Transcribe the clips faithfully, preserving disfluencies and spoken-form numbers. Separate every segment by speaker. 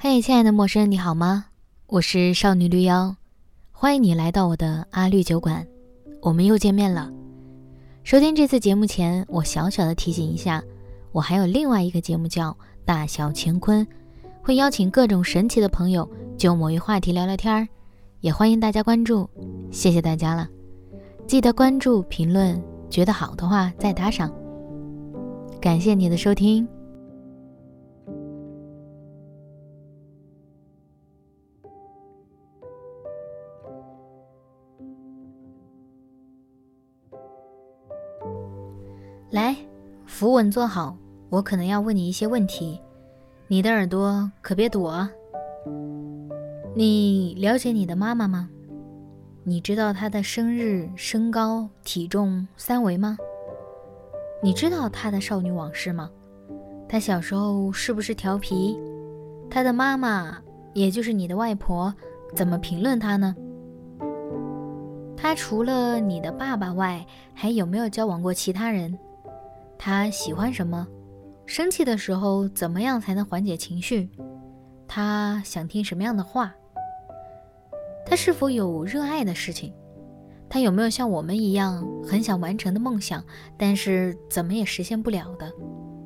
Speaker 1: 嘿，亲爱的陌生人，你好吗？我是少女绿妖，欢迎你来到我的阿绿酒馆，我们又见面了。收听这次节目前，我小小的提醒一下，我还有另外一个节目叫大小乾坤，会邀请各种神奇的朋友就某一话题聊聊天，也欢迎大家关注，谢谢大家了。记得关注评论，觉得好的话再打赏。感谢你的收听。来，扶稳坐好，我可能要问你一些问题，你的耳朵可别躲啊。你了解你的妈妈吗？你知道她的生日、身高、体重三围吗？你知道她的少女往事吗？她小时候是不是调皮？她的妈妈，也就是你的外婆，怎么评论她呢？她除了你的爸爸外，还有没有交往过其他人？他喜欢什么？生气的时候怎么样才能缓解情绪？他想听什么样的话？他是否有热爱的事情？他有没有像我们一样很想完成的梦想，但是怎么也实现不了的？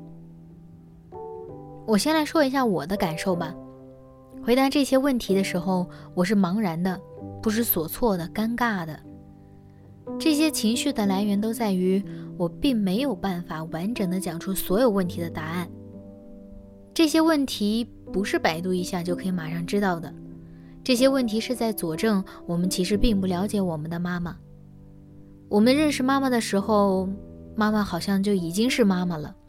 Speaker 1: 我先来说一下我的感受吧。回答这些问题的时候，我是茫然的，不知所措的，尴尬的。这些情绪的来源都在于我并没有办法完整的讲出所有问题的答案。这些问题不是百度一下就可以马上知道的，这些问题是在佐证我们其实并不了解我们的妈妈。我们认识妈妈的时候，妈妈好像就已经是妈妈了。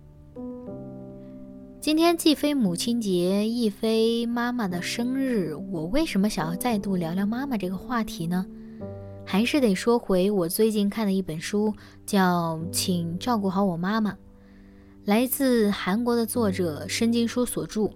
Speaker 1: 今天既非母亲节，亦非妈妈的生日，我为什么想要再度聊聊妈妈这个话题呢？还是得说回我最近看的一本书，叫《请照顾好我妈妈》，来自韩国的作者申京书所著。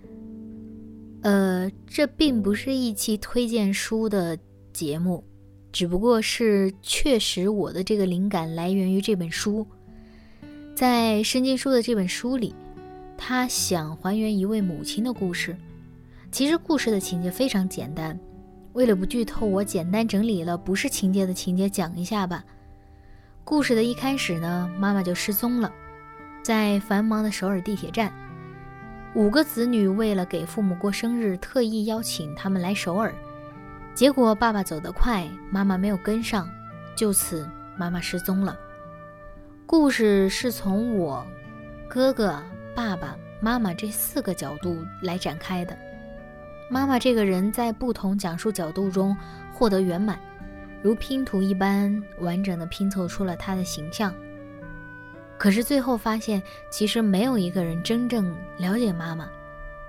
Speaker 1: 呃，这并不是一期推荐书的节目，只不过是确实我的这个灵感来源于这本书。在申京书的这本书里，他想还原一位母亲的故事。其实故事的情节非常简单，为了不剧透，我简单整理了不是情节的情节讲一下吧。故事的一开始呢，妈妈就失踪了。在繁忙的首尔地铁站，五个子女为了给父母过生日，特意邀请他们来首尔。结果爸爸走得快，妈妈没有跟上，就此妈妈失踪了。故事是从我、哥哥、爸爸、妈妈这四个角度来展开的。妈妈这个人在不同讲述角度中获得圆满，如拼图一般完整的拼凑出了她的形象。可是最后发现，其实没有一个人真正了解妈妈。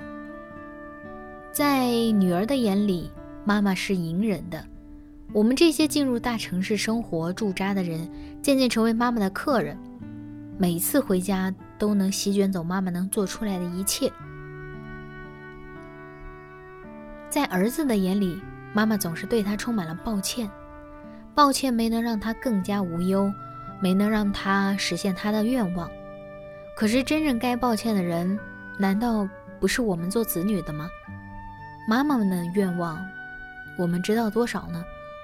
Speaker 1: 在女儿的眼里，妈妈是隐忍的。我们这些进入大城市生活驻扎的人，渐渐成为妈妈的客人，每次回家都能席卷走妈妈能做出来的一切。在儿子的眼里，妈妈总是对他充满了抱歉，抱歉没能让他更加无忧，没能让他实现他的愿望。可是真正该抱歉的人，难道不是我们做子女的吗？妈妈们的愿望，我们知道多少呢？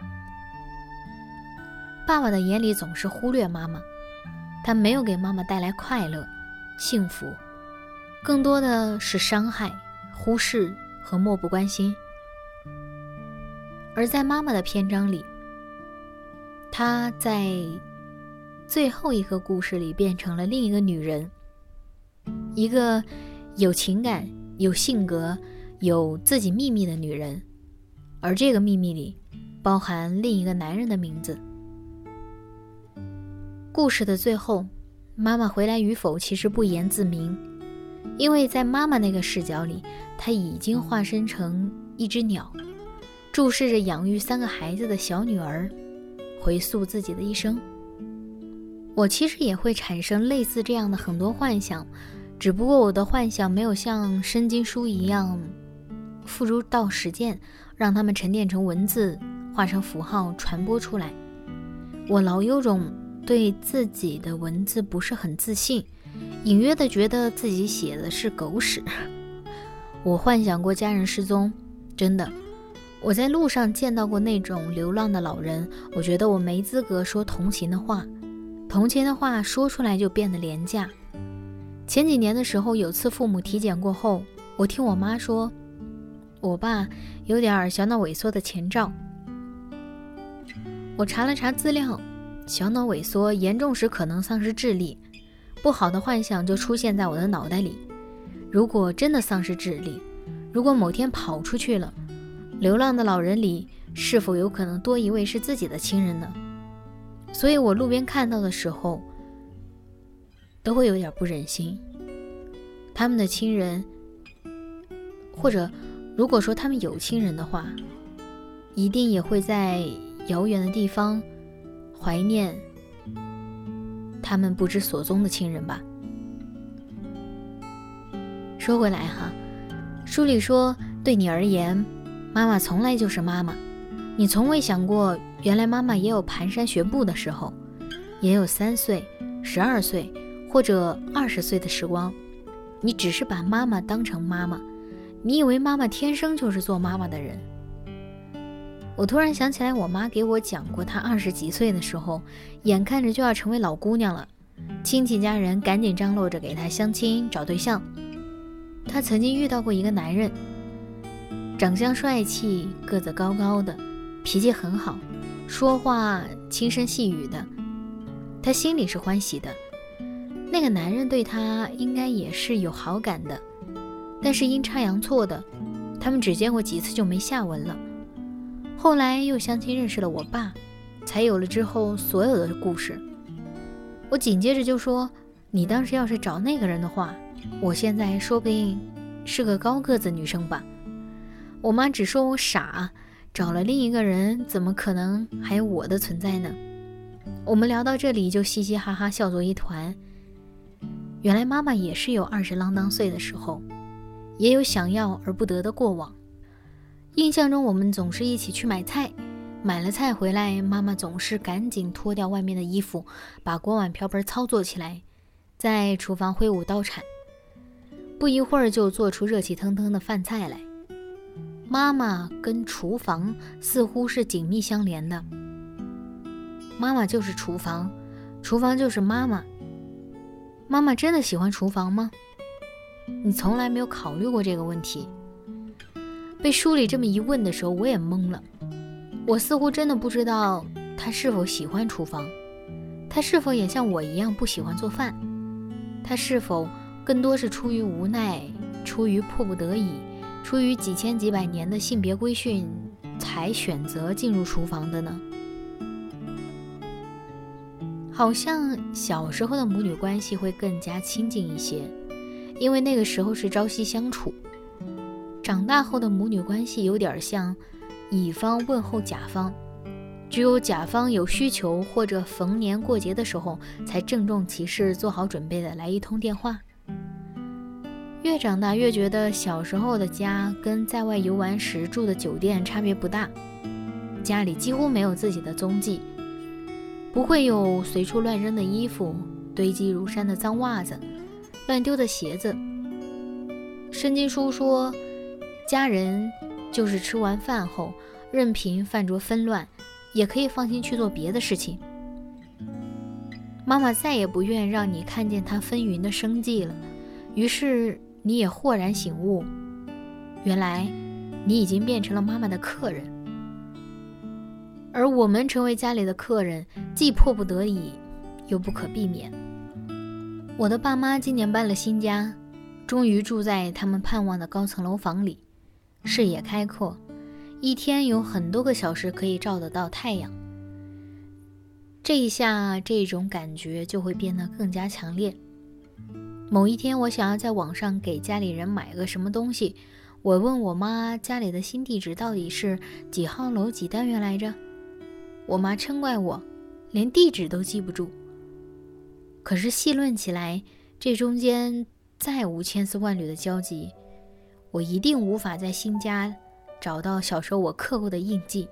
Speaker 1: 爸爸的眼里总是忽略妈妈，他没有给妈妈带来快乐、幸福，更多的是伤害、忽视和漠不关心。而在妈妈的篇章里，她在最后一个故事里变成了另一个女人，一个有情感、有性格、有自己秘密的女人，而这个秘密里包含另一个男人的名字。故事的最后，妈妈回来与否其实不言自明，因为在妈妈那个视角里，她已经化身成一只鸟，注视着养育三个孩子的小女儿，回溯自己的一生。我其实也会产生类似这样的很多幻想，只不过我的幻想没有像申京书一样付诸到实践，让它们沉淀成文字，画成符号传播出来。我老有种对自己的文字不是很自信，隐约的觉得自己写的是狗屎。 我幻想过家人失踪，真的。我在路上见到过那种流浪的老人，我觉得我没资格说同情的话，同情的话说出来就变得廉价。前几年的时候，有次父母体检过后，我听我妈说，我爸有点小脑萎缩的前兆。我查了查资料，小脑萎缩严重时可能丧失智力，不好的幻想就出现在我的脑袋里。如果真的丧失智力，如果某天跑出去了，流浪的老人里是否有可能多一位是自己的亲人呢？所以我路边看到的时候都会有点不忍心。他们的亲人，或者如果说他们有亲人的话，一定也会在遥远的地方怀念他们不知所踪的亲人吧。说回来哈，书里说，对你而言，妈妈从来就是妈妈，你从未想过原来妈妈也有蹒跚学步的时候，也有三岁、十二岁或者二十岁的时光。你只是把妈妈当成妈妈，你以为妈妈天生就是做妈妈的人。我突然想起来，我妈给我讲过，她二十几岁的时候，眼看着就要成为老姑娘了，亲戚家人赶紧张罗着给她相亲找对象。她曾经遇到过一个男人，长相帅气，个子高高的，脾气很好，说话轻声细语的，她心里是欢喜的。那个男人对她应该也是有好感的，但是阴差阳错的，他们只见过几次就没下文了。后来又相亲认识了我爸，才有了之后所有的故事。我紧接着就说，你当时要是找那个人的话，我现在说不定是个高个子女生吧。我妈只说我傻，找了另一个人，怎么可能还有我的存在呢？我们聊到这里就嘻嘻哈哈笑作一团。原来妈妈也是有二十啷当岁的时候，也有想要而不得的过往。印象中我们总是一起去买菜，买了菜回来，妈妈总是赶紧脱掉外面的衣服，把锅碗瓢盆操作起来，在厨房挥舞刀铲，不一会儿就做出热气腾腾的饭菜来。妈妈跟厨房似乎是紧密相连的，妈妈就是厨房，厨房就是妈妈。妈妈真的喜欢厨房吗？你从来没有考虑过这个问题。被书里这么一问的时候，我也懵了。我似乎真的不知道她是否喜欢厨房，她是否也像我一样不喜欢做饭，她是否更多是出于无奈，出于迫不得已，出于几千几百年的性别规训才选择进入厨房的呢？好像小时候的母女关系会更加亲近一些，因为那个时候是朝夕相处。长大后的母女关系有点像乙方问候甲方，只有甲方有需求或者逢年过节的时候，才郑重其事做好准备的来一通电话。越长大越觉得小时候的家跟在外游玩时住的酒店差别不大，家里几乎没有自己的踪迹，不会有随处乱扔的衣服，堆积如山的脏袜子，乱丢的鞋子。圣经书说，家人就是吃完饭后任凭饭桌纷乱，也可以放心去做别的事情。妈妈再也不愿让你看见她纷纭的生计了，于是你也豁然醒悟，原来你已经变成了妈妈的客人。而我们成为家里的客人，既迫不得已，又不可避免。我的爸妈今年搬了新家，终于住在他们盼望的高层楼房里，视野开阔，一天有很多个小时可以照得到太阳。这一下，这种感觉就会变得更加强烈。某一天，我想要在网上给家里人买个什么东西，我问我妈家里的新地址到底是几号楼几单元来着？我妈嗔怪我连地址都记不住。可是细论起来，这中间再无千丝万缕的交集，我一定无法在新家找到小时候我刻过的印记。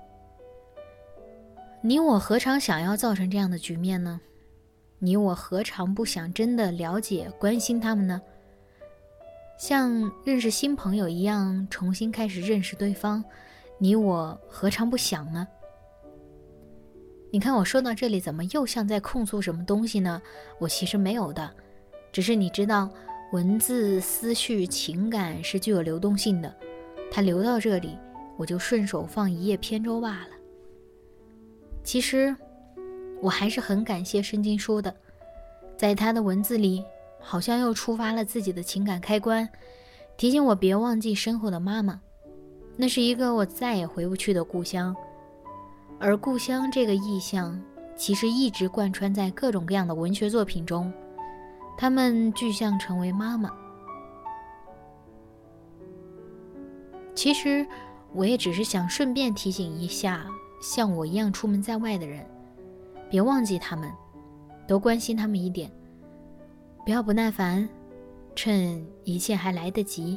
Speaker 1: 你我何尝想要造成这样的局面呢？你我何尝不想真的了解关心他们呢？ 像认识新朋友一样重新开始认识对方，你我何尝不想呢？你看我说到这里怎么又像在控诉什么东西呢？我其实没有的，只是你知道文字、思绪、情感是具有流动性的，它流到这里，我就顺手放一叶扁舟罢了。其实我还是很感谢申金书的，在他的文字里好像又触发了自己的情感开关，提醒我别忘记身后的妈妈，那是一个我再也回不去的故乡。而故乡这个意象其实一直贯穿在各种各样的文学作品中，它们具象成为妈妈。其实我也只是想顺便提醒一下像我一样出门在外的人，别忘记他们，多关心他们一点，不要不耐烦，趁一切还来得及。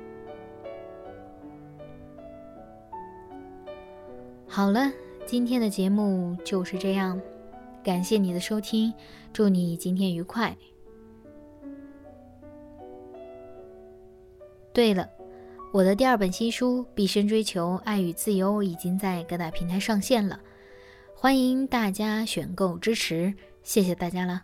Speaker 1: 好了，今天的节目就是这样，感谢你的收听，祝你今天愉快。对了，我的第二本新书《毕生追求爱与自由》已经在各大平台上线了，欢迎大家选购支持，谢谢大家了。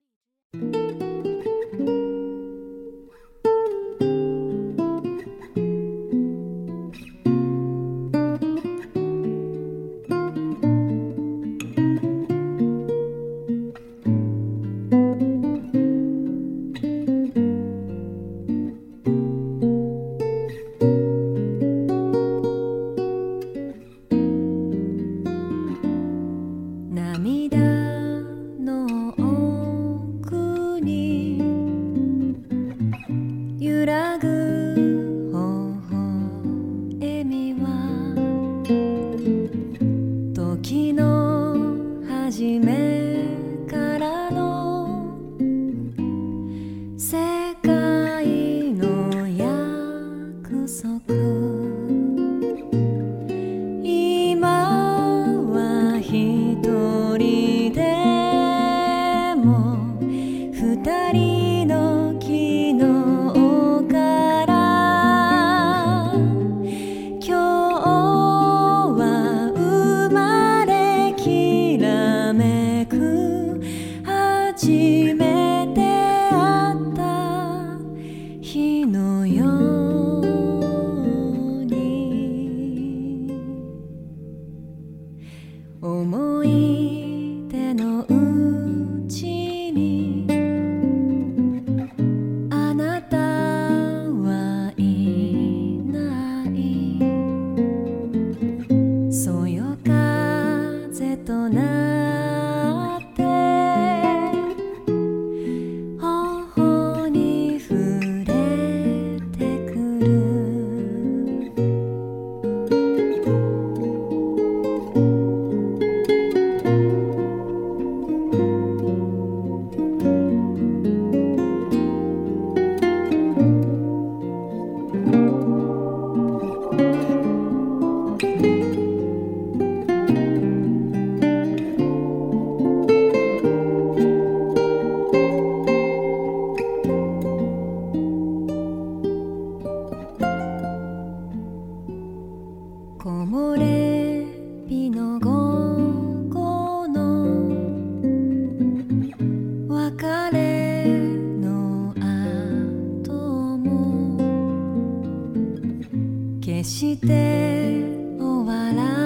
Speaker 2: 思い出のうちにあなたはいないそよ風となって頬に触れてくる木漏れ日の午後の別れの後も決して終わら